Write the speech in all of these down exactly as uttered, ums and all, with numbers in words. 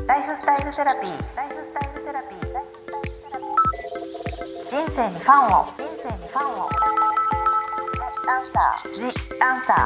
ライフスタイルセラピー。ライフスタイルセラピー。人生にファンを。人生にファンを。アンサー。ジアンサ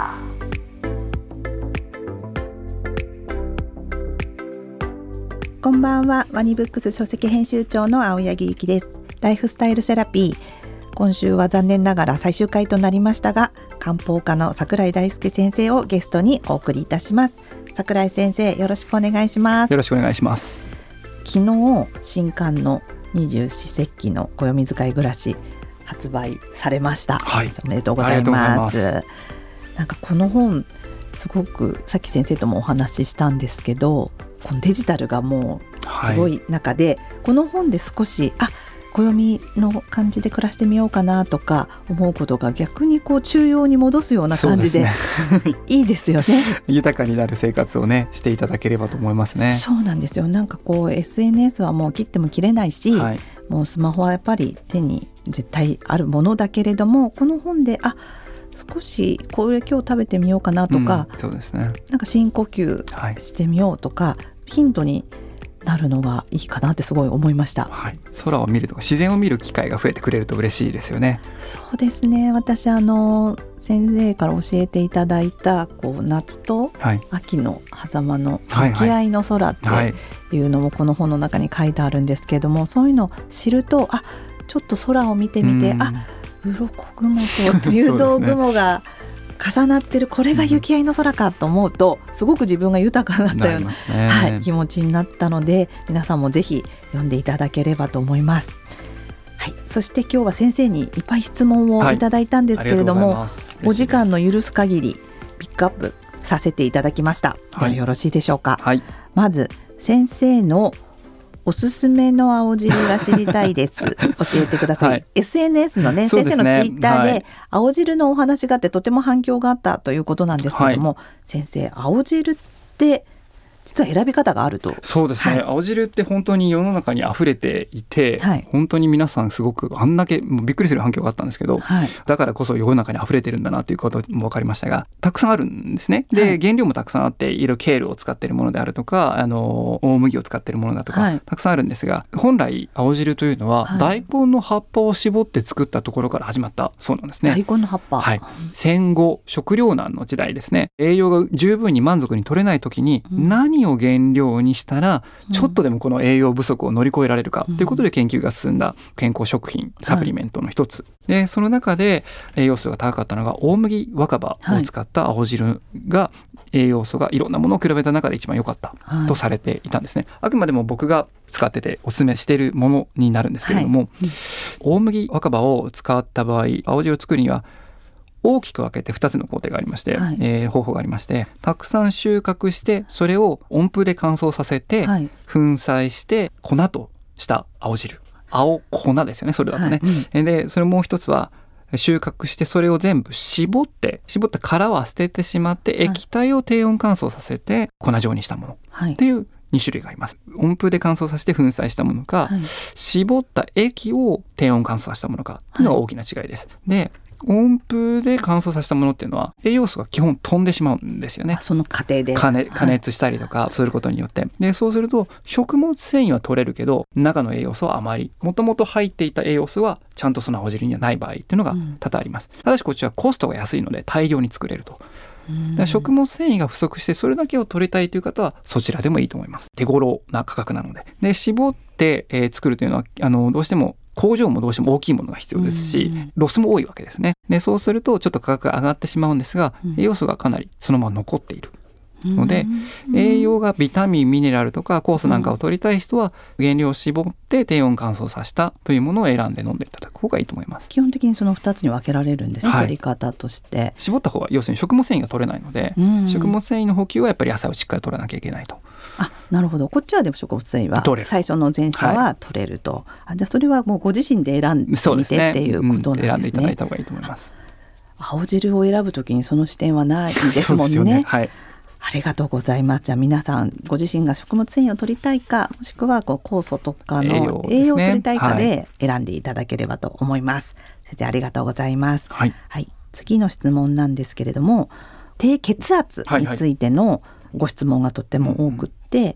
ー。こんばんは。ワニブックス書籍編集長の青柳ゆきです。ライフスタイルセラピー。今週は残念ながら最終回となりましたが、漢方科の櫻井大輔先生をゲストにお送りいたします。櫻井先生、よろしくお願いします。 よろしくお願いします。 昨日新刊の二十四節気の暦使い暮らし発売されました、 はい、 おめでとうございます。なんかこの本すごくさっき先生ともお話ししたんですけど、このデジタルがもうすごい中で、はい、この本で少しあ暦の感じで暮らしてみようかなとか思うことが逆にこう中庸に戻すような感じ で, で、ね、いいですよね。 豊かになる生活をねしていただければと思いますね。 そうなんですよ。なんかこう エスエヌエス はもう切っても切れないし、はい、もうスマホはやっぱり手に絶対あるものだけれども、この本であ少しこれ今日食べてみようかなとか、 うん、そうですね、 なんか深呼吸してみようとか、はい、ヒントになるのがいいかなってすごい思いました、 はい、空を見るとか自然を見る機会が増えてくれると嬉しいですよね。 そうですね。私あの先生から教えていただいたこう夏と秋の狭間の向き合いの空っていうのもこの本の中に書いてあるんですけども、そういうのを知るとあちょっと空を見てみて、あ鱗雲と入道雲が重なってる、これが雪合いの空かと思うとすごく自分が豊かになったような、ね、はい、気持ちになったので、皆さんもぜひ読んでいただければと思います、はい、そして今日は先生にいっぱい質問をいただいたんですけれども、はい、お時間の許す限りピックアップさせていただきました、はい、ではよろしいでしょうか、はい、まず先生のおすすめの青汁が知りたいです教えてください、はい、エスエヌエス のね、先生のツイッターで青汁のお話があってとても反響があったということなんですけれども、はい、先生青汁って実は選び方があると。 そうですね、はい、青汁って本当に世の中に溢れていて、はい、本当に皆さんすごくあんだけもうびっくりする反響があったんですけど、はい、だからこそ世の中に溢れてるんだなということも分かりましたが、たくさんあるんですね。で、はい、原料もたくさんあって、いろいろケールを使っているものであるとか、あの大麦を使っているものだとか、はい、たくさんあるんですが、本来青汁というのは、はい、大根の葉っぱを絞って作ったところから始まったそうなんですね。 大根の葉っぱ、 はい、戦後食糧難の時代ですね、栄養が十分に満足に取れない時に何を原料にしたらちょっとでもこの栄養不足を乗り越えられるかということで研究が進んだ健康食品サプリメントの一つ、はい、でその中で栄養素が高かったのが大麦若葉を使った青汁が栄養素がいろんなものを比べた中で一番良かったとされていたんですね、はい、あくまでも僕が使ってておすすめしているものになるんですけれども、はい、大麦若葉を使った場合青汁を作るには大きく分けてふたつの工程がありまして、はい、えー、方法がありまして、たくさん収穫してそれを温風で乾燥させて、はい、粉砕して粉とした青汁、青粉ですよね、それだとね、はい、うん、でそれもう一つは収穫してそれを全部絞って絞った殻は捨ててしまって、はい、液体を低温乾燥させて粉状にしたもの、はい、というに種類があります。温風で乾燥させて粉砕したものか、はい、絞った液を低温乾燥させたものかというのが大きな違いです、はい、で温風で乾燥させたものっていうのは栄養素が基本飛んでしまうんですよね。 その過程で加熱、加熱したりとかすることによって、はい、でそうすると食物繊維は取れるけど中の栄養素はあまりもともと入っていた栄養素はちゃんとその青汁にはない場合っていうのが多々あります、うん、ただしこっちはコストが安いので大量に作れると。だから食物繊維が不足してそれだけを取りたいという方はそちらでもいいと思います。手頃な価格なので。で絞って、えー、作るというのはあのどうしても工場もどうしても大きいものが必要ですし、ロスも多いわけですね。でそうするとちょっと価格が上がってしまうんですが、栄養素がかなりそのまま残っているので、栄養がビタミンミネラルとか酵素なんかを取りたい人は原料を絞って低温乾燥させたというものを選んで飲んでいただく方がいいと思います。 基本的にそのふたつに分けられるんですね、はい、取り方として。 絞った方は要するに食物繊維が取れないので、食物繊維の補給はやっぱり野菜をしっかり取らなきゃいけないと。 あ、なるほど。こっちはでも食物繊維は最初の前者は取れると、はい、あ、じゃあそれはもうご自身で選んでみてっていうことなんですね。 選んでいただいた方がいいと思います。 青汁を選ぶときにその視点はないですもんね。そうですよね、はい、ありがとうございます。じゃあ皆さんご自身が食物繊維を取りたいか、もしくはこう酵素とかの栄養を取りたいかで選んでいただければと思います、はい、先生ありがとうございます、はいはい、次の質問なんですけれども、低血圧についてのご質問がとっても多くって、はいはい、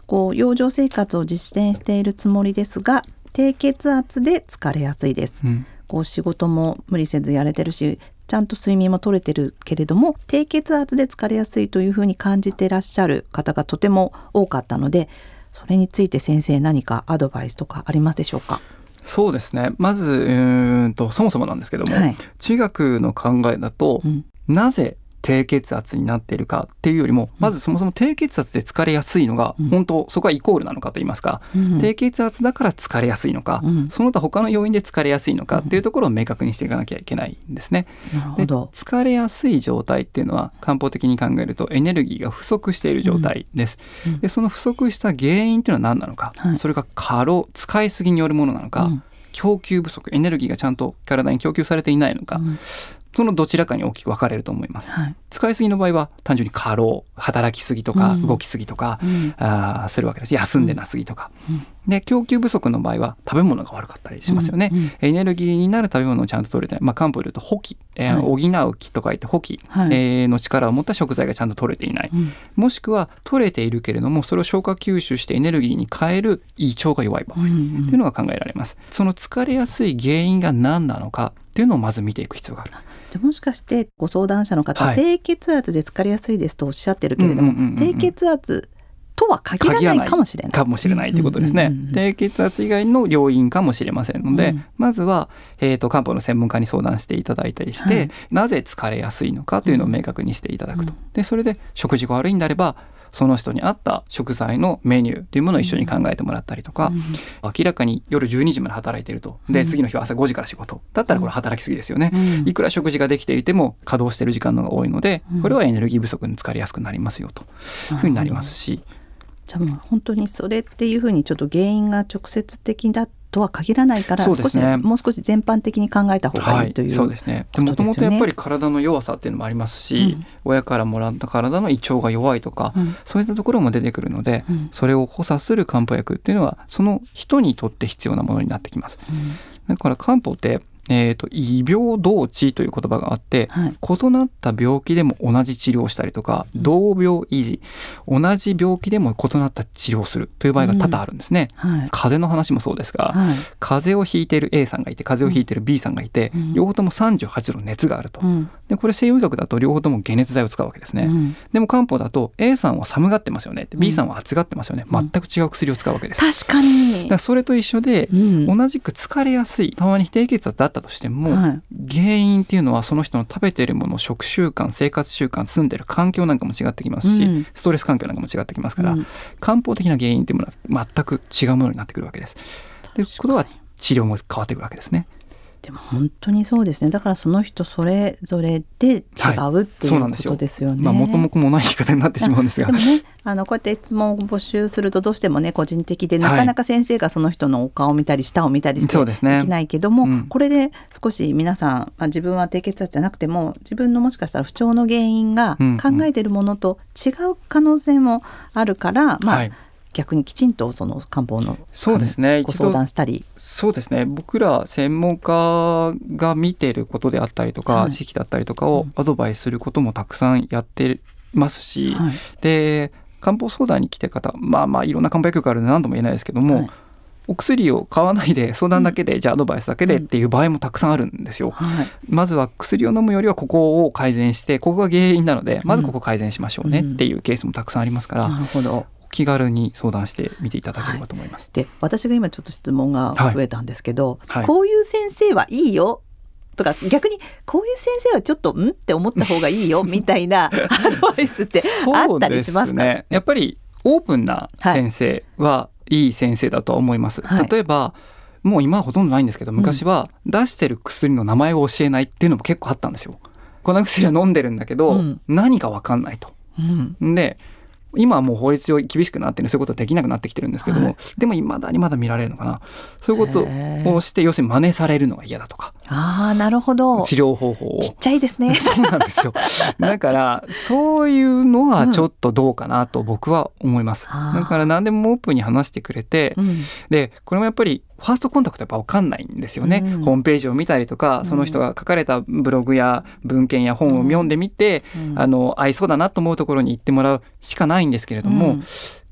こう養生生活を実践しているつもりですが低血圧で疲れやすいです、うん、こう仕事も無理せずやれてるしちゃんと睡眠も取れてるけれども低血圧で疲れやすいというふうに感じていらっしゃる方がとても多かったので、それについて先生何かアドバイスとかありますでしょうか？ そうですね、まずうーんとそもそもなんですけども、はい、中学の考えだと、うん、なぜ低血圧になっているかっていうよりも、まずそもそも低血圧で疲れやすいのが、うん、本当そこはイコールなのかといいますか、うん、低血圧だから疲れやすいのか、うん、その他他の要因で疲れやすいのかっていうところを明確にしていかなきゃいけないんですね。 なるほど。 で疲れやすい状態っていうのは漢方的に考えるとエネルギーが不足している状態です、うん、でその不足した原因っていうのは何なのか、はい、それが過労使いすぎによるものなのか、うん、供給不足エネルギーがちゃんと体に供給されていないのか、うん、そのどちらかに大きく分かれると思います、はい、使いすぎの場合は単純に過労働きすぎとか動きすぎとか、うん、あするわけです。休んでなすぎとか、うん、で供給不足の場合は食べ物が悪かったりしますよね、うんうん、エネルギーになる食べ物をちゃんと取れてない、まあ、漢方でいうと補気、えーはい、補う気と書いて補気、はい、えー、の力を持った食材がちゃんと取れていない、うん、もしくは取れているけれどもそれを消化吸収してエネルギーに変える胃腸が弱い場合、うんうん、っていうのが考えられます。その疲れやすい原因が何なのかっていうのをまず見ていく必要がある。 じゃもしかしてご相談者の方、はい、低血圧で疲れやすいですとおっしゃってるけれども、うんうんうんうん、低血圧とは限らないかもしれないかもしれないということですね、うんうんうんうん、低血圧以外の要因かもしれませんので、うん、まずは、えーと、漢方の専門家に相談していただいたりして、はい、なぜ疲れやすいのかというのを明確にしていただくと、うん、でそれで食事が悪いんであればその人に合った食材のメニューというものを一緒に考えてもらったりとか、うん、明らかに夜じゅうにじまで働いているとで次の日は朝ごじから仕事だったらこれ働きすぎですよね、うん、いくら食事ができていても稼働している時間の方が多いのでこれはエネルギー不足に疲れやすくなりますよというふうになりますし、 じゃあもう本当にそれっていうふうにちょっと原因が直接的だとは限らないから、 そうですね、 少しもう少し全般的に考えた方がいいという、はい、そうですね。 もともとやっぱり体の弱さっていうのもありますし、うん、親からもらった体の胃腸が弱いとか、うん、そういったところも出てくるので、うん、それを補佐する漢方薬っていうのはその人にとって必要なものになってきます、うん、だから漢方ってえーと、異病同治という言葉があって、はい、異なった病気でも同じ治療をしたりとか、うん、同病維持同じ病気でも異なった治療をするという場合が多々あるんですね、うんはい、風邪の話もそうですが、はい、風邪をひいている A さんがいて風邪をひいている B さんがいて、うん、両方ともさんじゅうはちど熱があると、うん、でこれ西洋医学だと両方とも解熱剤を使うわけですね、うん、でも漢方だと A さんは寒がってますよね、うん、B さんは暑がってますよね、全く違う薬を使うわけです、 確かに。 だからそれと一緒で、うん、同じく疲れやすいたまに低血圧だったとしても、はい、原因っていうのはその人の食べているもの、食習慣、生活習慣、住んでいる環境なんかも違ってきますし、うん、ストレス環境なんかも違ってきますから、うん、漢方的な原因っていうものは全く違うものになってくるわけです。ということは治療も変わってくるわけですね。 でも本当にそうですね。だからその人それぞれで違うっていうことですよね。 まあ元も子もない言い方になってしまうんですが、 でもね、あのこうやって質問を募集するとどうしてもね個人的でなかなか先生がその人のお顔を見たり舌を見たりしてできないけども、ねうん、これで少し皆さん、まあ、自分は低血圧じゃなくても自分のもしかしたら不調の原因が考えているものと違う可能性もあるから、うんうん、まあ、はい逆にきちんとその漢方のそうですねご相談したり、 そうですね、僕ら専門家が見ていることであったりとか、はい、知識だったりとかをアドバイスすることもたくさんやってますし、はい、で漢方相談に来てる方、まあまあいろんな漢方薬があるので何とも言えないですけども、はい、お薬を買わないで相談だけで、うん、じゃあアドバイスだけでっていう場合もたくさんあるんですよ、はい、まずは薬を飲むよりはここを改善してここが原因なのでまずここ改善しましょうねっていうケースもたくさんありますから、うん、なるほど、気軽に相談してみていただければと思います、 はい、で私が今ちょっと質問が増えたんですけど、 はいはい、 こういう先生はいいよとか逆にこういう先生はちょっとんって思った方がいいよみたいなアドバイスってあったりしますか？ そうですね、やっぱりオープンな先生はいい先生だとは思います、はい、例えばもう今はほとんどないんですけど昔は出してる薬の名前を教えないっていうのも結構あったんですよ。この薬は飲んでるんだけど、うん、何か分かんないと、うん、で今はもう法律上厳しくなってるそういうことはできなくなってきてるんですけども、はい、でも未だにまだ見られるのかな、そういうことをして要するに真似されるのが嫌だとか、 あーなるほど、 治療方法をちっちゃいですねそうなんですよだからそういうのはちょっとどうかなと僕は思います、うん、だから何でもオープンに話してくれて、うん、でこれもやっぱりファーストコンタクトやっぱ分かんないんですよね、うん、ホームページを見たりとかその人が書かれたブログや文献や本を読んでみて、うん、あの合いそうだなと思うところに行ってもらうしかないんですけれども、うん、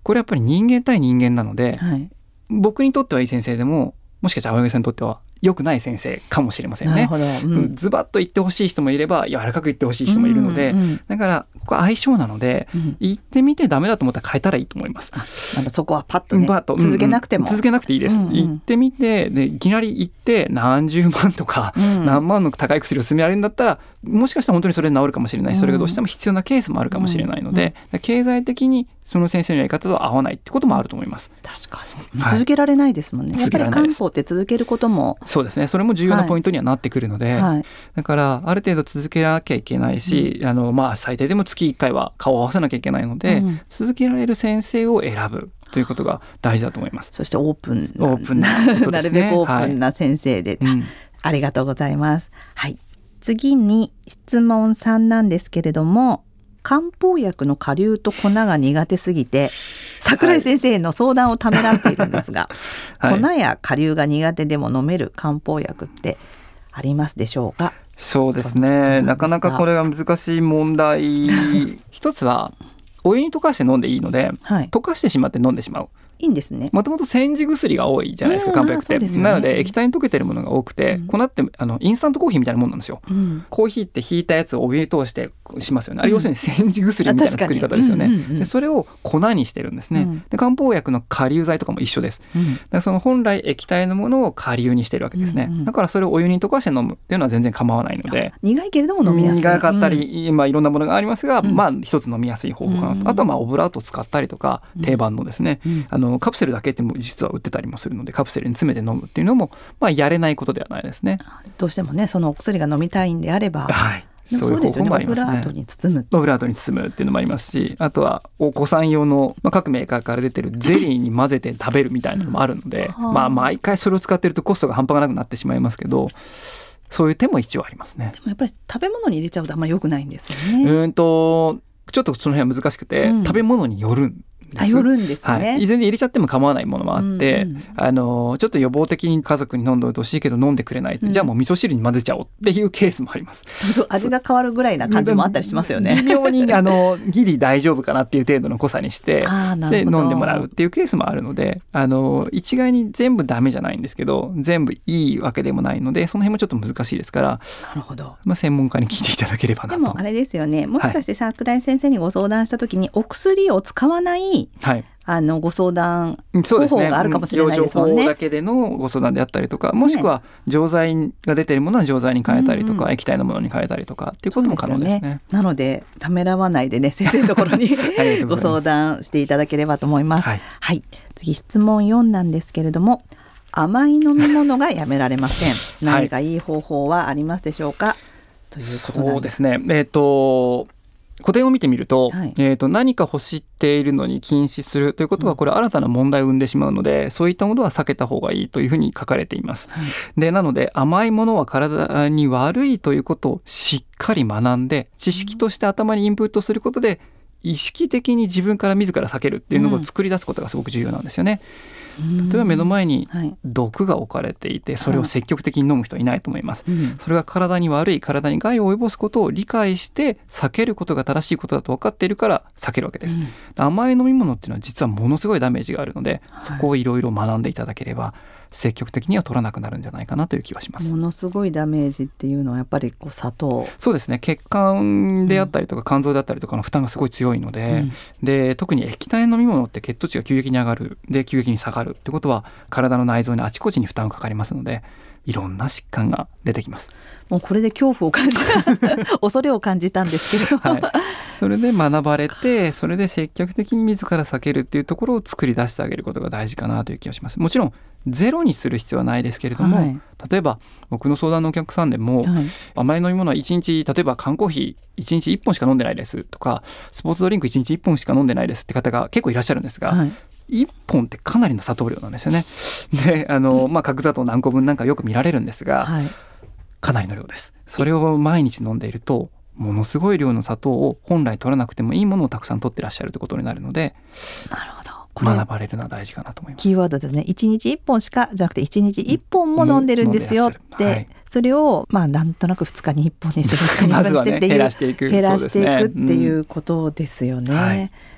これやっぱり人間対人間なので、 はい、 僕にとってはいい先生でももしかしたら青柳さんにとっては良くない先生かもしれませんね。 なるほど、うん、 ズバッと言ってほしい人もいれば柔らかく言ってほしい人もいるので、うんうん、だからここは相性なので、うん、言ってみてダメだと思ったら変えたらいいと思います。 あのそこはパッとね、と続けなくても、 うんうん、続けなくていいです、うんうん、言ってみてでいきなり言って何十万とか、うん、何万の高い薬を勧められるんだったらもしかしたら本当にそれで治るかもしれないし、それがどうしても必要なケースもあるかもしれないので、うんうん、経済的にその先生のやり方と合わないってこともあると思います。 確かに、はい、続けられないですもんね。やっぱり漢方って続けることもそうですね、それも重要なポイントにはなってくるので、はいはい、だからある程度続けなきゃいけないし、うん、あのまあ最低でも月いっかいは顔を合わせなきゃいけないので、うん、続けられる先生を選ぶということが大事だと思います。 そしてオープンなオープンなことですね。 なるべくオープンな先生で、はい、ありがとうございます、はい、次に質問さんなんですけれども、漢方薬の顆粒と粉が苦手すぎて櫻井先生への相談をためらっているんですが、はい、粉や顆粒が苦手でも飲める漢方薬ってありますでしょうか。 そうですね、なかなかこれが難しい問題一つはお湯に溶かして飲んでいいので、はい、溶かしてしまって飲んでしまう。 いいんですね。 もともと煎じ薬が多いじゃないですか、漢方薬って、ね、なので液体に溶けてるものが多くて、うん、粉ってあのインスタントコーヒーみたいなもんなんですよ、うん、コーヒーってひいたやつをお湯に通してしますよね、あれ要するに煎じ薬みたいな作り方ですよね、うんうんうん、でそれを粉にしてるんですね、うん、で漢方薬の顆粒剤とかも一緒です、うん、だからその本来液体のものを顆粒にしてるわけですね、うんうん、だからそれをお湯に溶かして飲むっていうのは全然構わないので、 苦いけれども飲みやすい、 苦かったり、うんまあ、いろんなものがありますが、うん、まあ一つ飲みやすい方法かなと、うん、あとはまあオブラートを使ったりとか、うん、定番のですね、うん、あのカプセルだけって実は売ってたりもするのでカプセルに詰めて飲むっていうのも、まあ、やれないことではないですね。 どうしてもねそのお薬が飲みたいんであれば、 はい、そういう方法もありますね。 オブラートに包むオブラートに包むっていうのもありますし、あとはお子さん用の、まあ、各メーカーから出てるゼリーに混ぜて食べるみたいなのもあるのでまあ毎回それを使ってるとコストが半端がなくなってしまいますけど、そういう手も一応ありますね。 でもやっぱり食べ物に入れちゃうとあんまり良くないんですよね。 うんとちょっとその辺は難しくて、うん、食べ物によるんあよるんですね、 はい、全然入れちゃっても構わないものもあって、うんうん、あのちょっと予防的に家族に飲んでおいてほしいけど飲んでくれない、うん、じゃあもう味噌汁に混ぜちゃおうっていうケースもあります。 味が変わるぐらいな感じもあったりしますよね。 微妙にあのギリ大丈夫かなっていう程度の濃さにしてで飲んでもらうっていうケースもあるので、あの一概に全部ダメじゃないんですけど全部いいわけでもないのでその辺もちょっと難しいですから、 なるほど、 まあ、専門家に聞いていただければなと。 でもあれですよね、もしかして櫻井先生にご相談した時にお薬を使わない、はいあのご相談方法があるかもしれないですもんね。 養生法だけでのご相談であったりとか、もしくは錠剤が出ているものは錠剤に変えたりとか、うんうん、液体のものに変えたりとかっていうことも可能ですね。 そうですよね。なのでためらわないでね先生のところにご相談していただければと思います、はいはい、次質問よんなんですけれども、甘い飲み物がやめられません何かいい方法はありますでしょうか、はい、ということなんです。 そうですね、えーと古典を見てみると、はいえーと、何か欲しているのに禁止するということはこれ新たな問題を生んでしまうので、うん、そういったものは避けた方がいいというふうに書かれています、はい、でなので甘いものは体に悪いということをしっかり学んで知識として頭にインプットすることで意識的に自分から自ら避けるっていうのを作り出すことがすごく重要なんですよね、うん、例えば目の前に毒が置かれていてそれを積極的に飲む人はいないと思います、はい、それが体に悪い体に害を及ぼすことを理解して避けることが正しいことだと分かっているから避けるわけです、うん、甘い飲み物っていうのは実はものすごいダメージがあるので、はい、そこをいろいろ学んでいただければ積極的には取らなくなるんじゃないかなという気はします。 ものすごいダメージっていうのはやっぱりこう砂糖。 そうですね、血管であったりとか肝臓であったりとかの負担がすごい強いので、うん、で特に液体飲み物って血糖値が急激に上がるで急激に下がるってことは体の内臓にあちこちに負担がかかりますのでいろんな疾患が出てきます。 もうこれで恐怖を感じた恐れを感じたんですけど、 はい、それで学ばれてそれで積極的に自ら避けるっていうところを作り出してあげることが大事かなという気がします。もちろんゼロにする必要はないですけれども、はい、例えば僕の相談のお客さんでも、はい、甘い飲み物はいちにち例えば缶コーヒーいちにちいっぽんしか飲んでないですとかスポーツドリンクいちにちいっぽんしか飲んでないですって方が結構いらっしゃるんですが、はいいっぽんってかなりの砂糖量なんですよね。であの、まあ、角砂糖何個分なんかよく見られるんですが、はい、かなりの量です。それを毎日飲んでいるとものすごい量の砂糖を本来取らなくてもいいものをたくさん取ってらっしゃるということになるので、 なるほど、 これ学ばれるのは大事かなと思います。 キーワードですね。いちにちいっぽんしかじゃなくていちにちいっぽんも飲んでるんですよって、はい、それをまあなんとなくふつかにいっぽんにしてふつかにいっぽんにしてっていうまずはね減らしていく減らしていくっていうことですよね、 うんはい、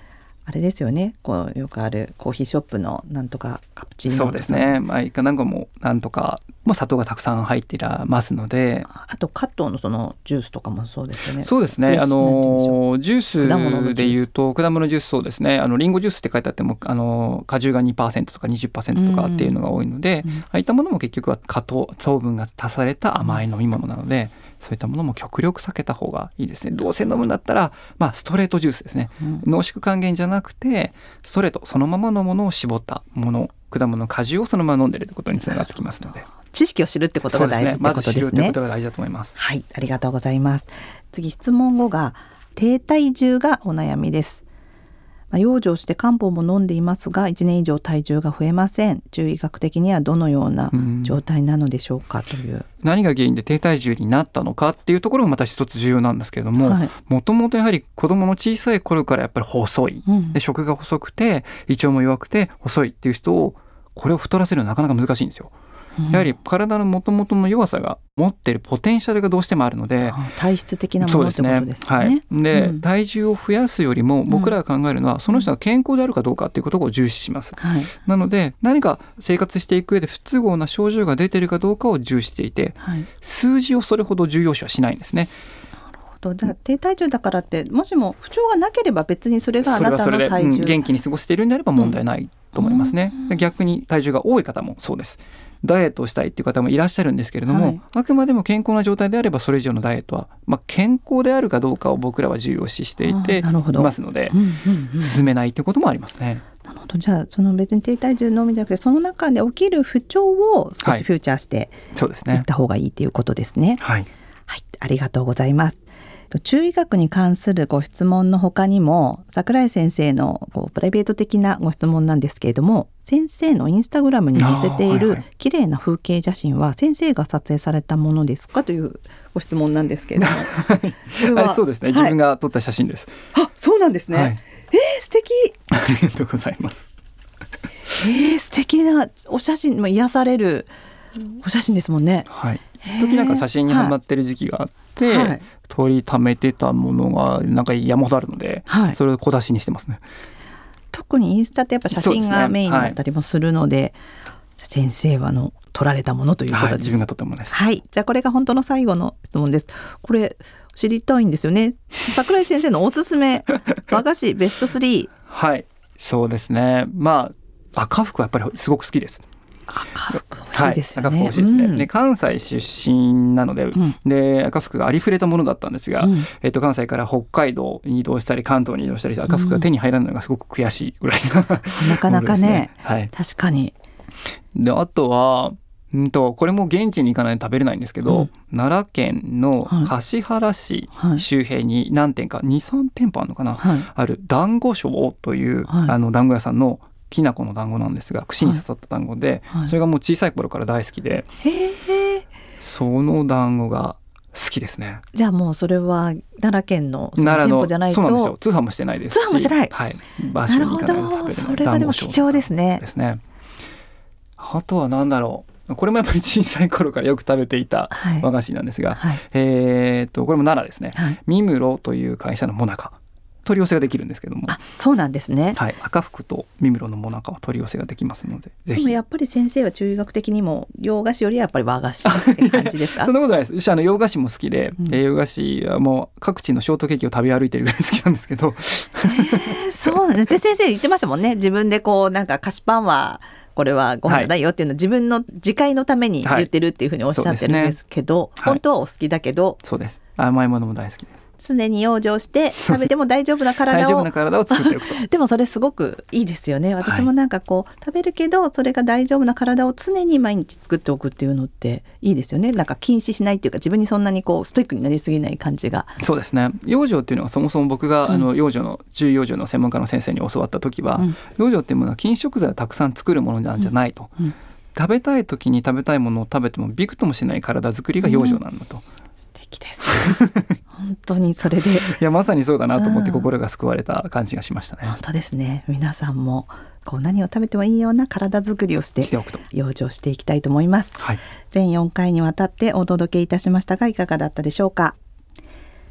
あれですよね、こうよくあるコーヒーショップのなんとかカプチーノとか。 そうですね、まあ、いかなんかもなんとかもう砂糖がたくさん入っていますので、 あとカットのそのジュースとかもそうですよね。 そうですね、あのジュースでいうと果物ジュース、そうですね、あのリンゴジュースって書いてあってもあの果汁が にパーセント とか にじゅっパーセント とかっていうのが多いので、うんうん、ああいったものも結局は果糖糖分が足された甘い飲み物なので、そういったものも極力避けた方がいいですね。どうせ飲むんだったら、まあ、ストレートジュースですね、うん、濃縮還元じゃなくてストレートそのままのものを絞ったもの、果物の果汁をそのまま飲んでいるということにつながってきますので、 知識を知るってことが大事ってことですね。 まず知るってことが大事だと思います。 はい、ありがとうございます。次、質問ごが低体重がお悩みです。まあ、養生して漢方も飲んでいますがいちねん以上体重が増えません。中医学的にはどのような状態なのでしょうか、という、 何が原因で低体重になったのかっていうところがまた一つ重要なんですけれども、もともとやはり子どもの小さい頃からやっぱり細い、うん、で食が細くて胃腸も弱くて細いっていう人をこれを太らせるのはなかなか難しいんですよ。やはり体の元々の弱さが持っているポテンシャルがどうしてもあるので、 体質的なものってことですね。 はい、で、うん、体重を増やすよりも僕らが考えるのは、うん、その人が健康であるかどうかっていうことを重視します、はい、なので何か生活していく上で不都合な症状が出ているかどうかを重視していて、はい、数字をそれほど重要視はしないんですね。 じゃあ低体重だからってもしも不調がなければ別にそれがあなたの体重、それはそれで、うん、 元気に過ごしているんであれば問題ないと思いますね、うん、逆に体重が多い方もそうです。ダイエットをしたいっていう方もいらっしゃるんですけれども、はい、あくまでも健康な状態であればそれ以上のダイエットは、まあ、健康であるかどうかを僕らは重要視していていますので、うんうんうん、進めないということもありますね。 なるほど。じゃあその別に低体重のみじゃなくてその中で起きる不調を少しフューチャーしていった方がいいということですね。 はい、 はい、ありがとうございます。中医学に関するご質問の他にも櫻井先生のこうプライベート的なご質問なんですけれども、先生のインスタグラムに載せている綺麗な風景写真は先生が撮影されたものですかというご質問なんですけれどもこれはそうですね、はい、自分が撮った写真です。 あ、そうなんですね、はい、えー、素敵ありがとうございます。 えー、素敵なお写真、まあ、癒されるお写真ですもんね。 はい、時なんか写真にハマってる時期があって、はい、取りためてたものがなんか山ほどあるので、はい、それを小出しにしてますね。 特にインスタってやっぱ写真がメインだったりもするので、で、ね、はい、先生はの撮られたものということです、はい、 自分が撮ったものです。 はい、じゃあこれが本当の最後の質問です。これ知りたいんですよね。櫻井先生のおすすめ和菓子ベストスリー。 はい、そうですね、まあ赤福はやっぱりすごく好きです。 赤福美味しいですよね。 はい、赤福美味しいですね、うん、で関西出身なので、うん、で赤福がありふれたものだったんですが、うん、えー、と関西から北海道に移動したり関東に移動したり赤福が手に入らないのがすごく悔しいぐらいな、 うん、なかなかね、はい、確かに。 であとはんとこれも現地に行かないと食べれないんですけど、うん、奈良県の橿原市周辺に何店か にさん店舗あるのかな、はい、ある団子庄という、はい、あの団子屋さんのきな粉の団子なんですが、串に刺さった団子で、はいはい、それがもう小さい頃から大好きで、へー、その団子が好きですね。 じゃあもうそれは奈良県のその店舗じゃないと。 そうなんですよ、通販もしてないですし、 通販もしてない、 はい、場所に行かないと食べれない。 それはでも貴重ですね。 ですね。あとは何だろう、これもやっぱり小さい頃からよく食べていた和菓子なんですが、はいはい、えー、とこれも奈良ですね、はい、三室という会社のもなか取り寄せができるんですけども。 あ、そうなんですね、 はい、赤福と三室のもなかは取り寄せができますので、ぜひ。 でもやっぱり先生は中医学的にも洋菓子よりはやっぱり和菓子って感じですか？ そんなことないです。あの洋菓子も好きで、うん、洋菓子はもう各地のショートケーキを食べ歩いてるぐらい好きなんですけど、 えー、そうなんですね。先生言ってましたもんね。自分でこうなんか菓子パンはこれはご飯だよっていうのを自分の自戒のために言ってるっていうふうにおっしゃってるんですけど、はい、本当はお好きだけど、 そうです、甘いものも大好きです。 常に養生して食べても大丈夫な体を大丈夫な体を作っておくとでもそれすごくいいですよね。私もなんかこう、はい、食べるけどそれが大丈夫な体を常に毎日作っておくっていうのっていいですよね。なんか禁止しないっていうか、自分にそんなにこうストイックになりすぎない感じが。 そうですね。養生っていうのはそもそも僕が、うん、あの養生の中医養生の専門家の先生に教わった時は、うん、養生っていうものは禁食材をたくさん作るものなんじゃないと、うんうん、食べたい時に食べたいものを食べてもびくともしない体作りが養生なんだと、うん、 素敵です本当にそれでいやまさにそうだなと思って心が救われた感じがしましたね、 うん、本当ですね。皆さんもこう何を食べてもいいような体作りをしてしておくと養生していきたいと思います、はい、全よんかいにわたってお届けいたしましたがいかがだったでしょうか。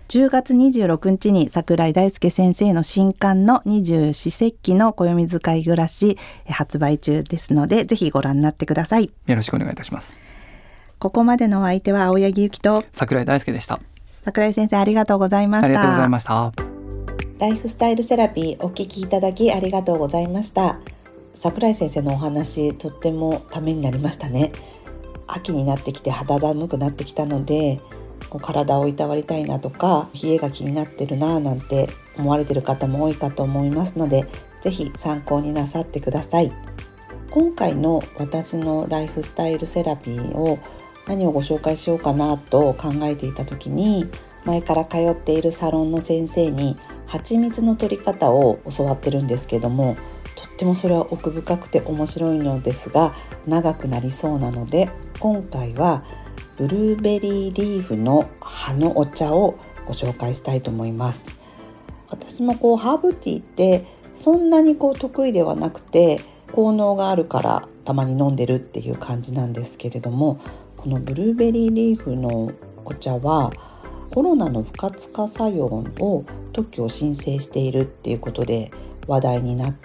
じゅうがつにじゅうろくにちに櫻井大輔先生の新刊の二十四節気の暦使い暮らし発売中ですので、ぜひご覧になってください。 よろしくお願いいたします。 ここまでのお相手は青柳ゆきと櫻井大輔でした。 櫻井先生、ありがとうございました。 ありがとうございました。 ライフスタイルセラピーお聞きいただきありがとうございました。櫻井先生のお話、とってもためになりましたね。秋になってきて肌寒くなってきたので、体をいたわりたいなとか、冷えが気になってるななんて思われてる方も多いかと思いますので、ぜひ参考になさってください。今回の私のライフスタイルセラピーを何をご紹介しようかなと考えていた時に、前から通っているサロンの先生に蜂蜜の取り方を教わってるんですけども、とってもそれは奥深くて面白いのですが長くなりそうなので、今回はブルーベリーリーフの葉のお茶をご紹介したいと思います。私もこうハーブティーってそんなにこう得意ではなくて、効能があるからたまに飲んでるっていう感じなんですけれども、このブルーベリーリーフのお茶はコロナの不活化作用を特許を申請しているっていうことで話題になって、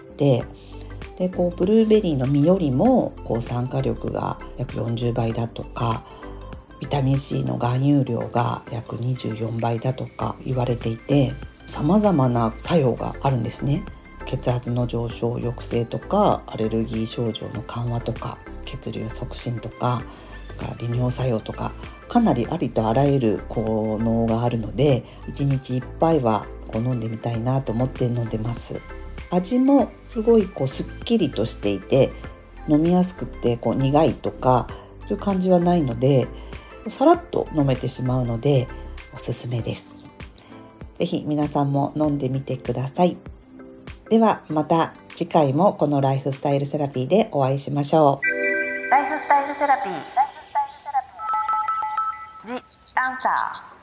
でこうブルーベリーの実よりもこう酸化力が約よんじゅうばいだとか、ビタミン C の含有量が約にじゅうよんばいだとか言われていて、様々な作用があるんですね。血圧の上昇を抑制とか、アレルギー症状の緩和とか、血流促進とか、利尿作用とか、かなりありとあらゆる効能があるので、いちにちいっぱいはこう飲んでみたいなと思って飲んでます。味もすごいこうすっきりとしていて、飲みやすくてこう苦いとかそういう感じはないので、さらっと飲めてしまうのでおすすめです。ぜひ皆さんも飲んでみてください。ではまた次回もこのライフスタイルセラピーでお会いしましょう。 ライフスタイルセラピー、ジ・アンサー。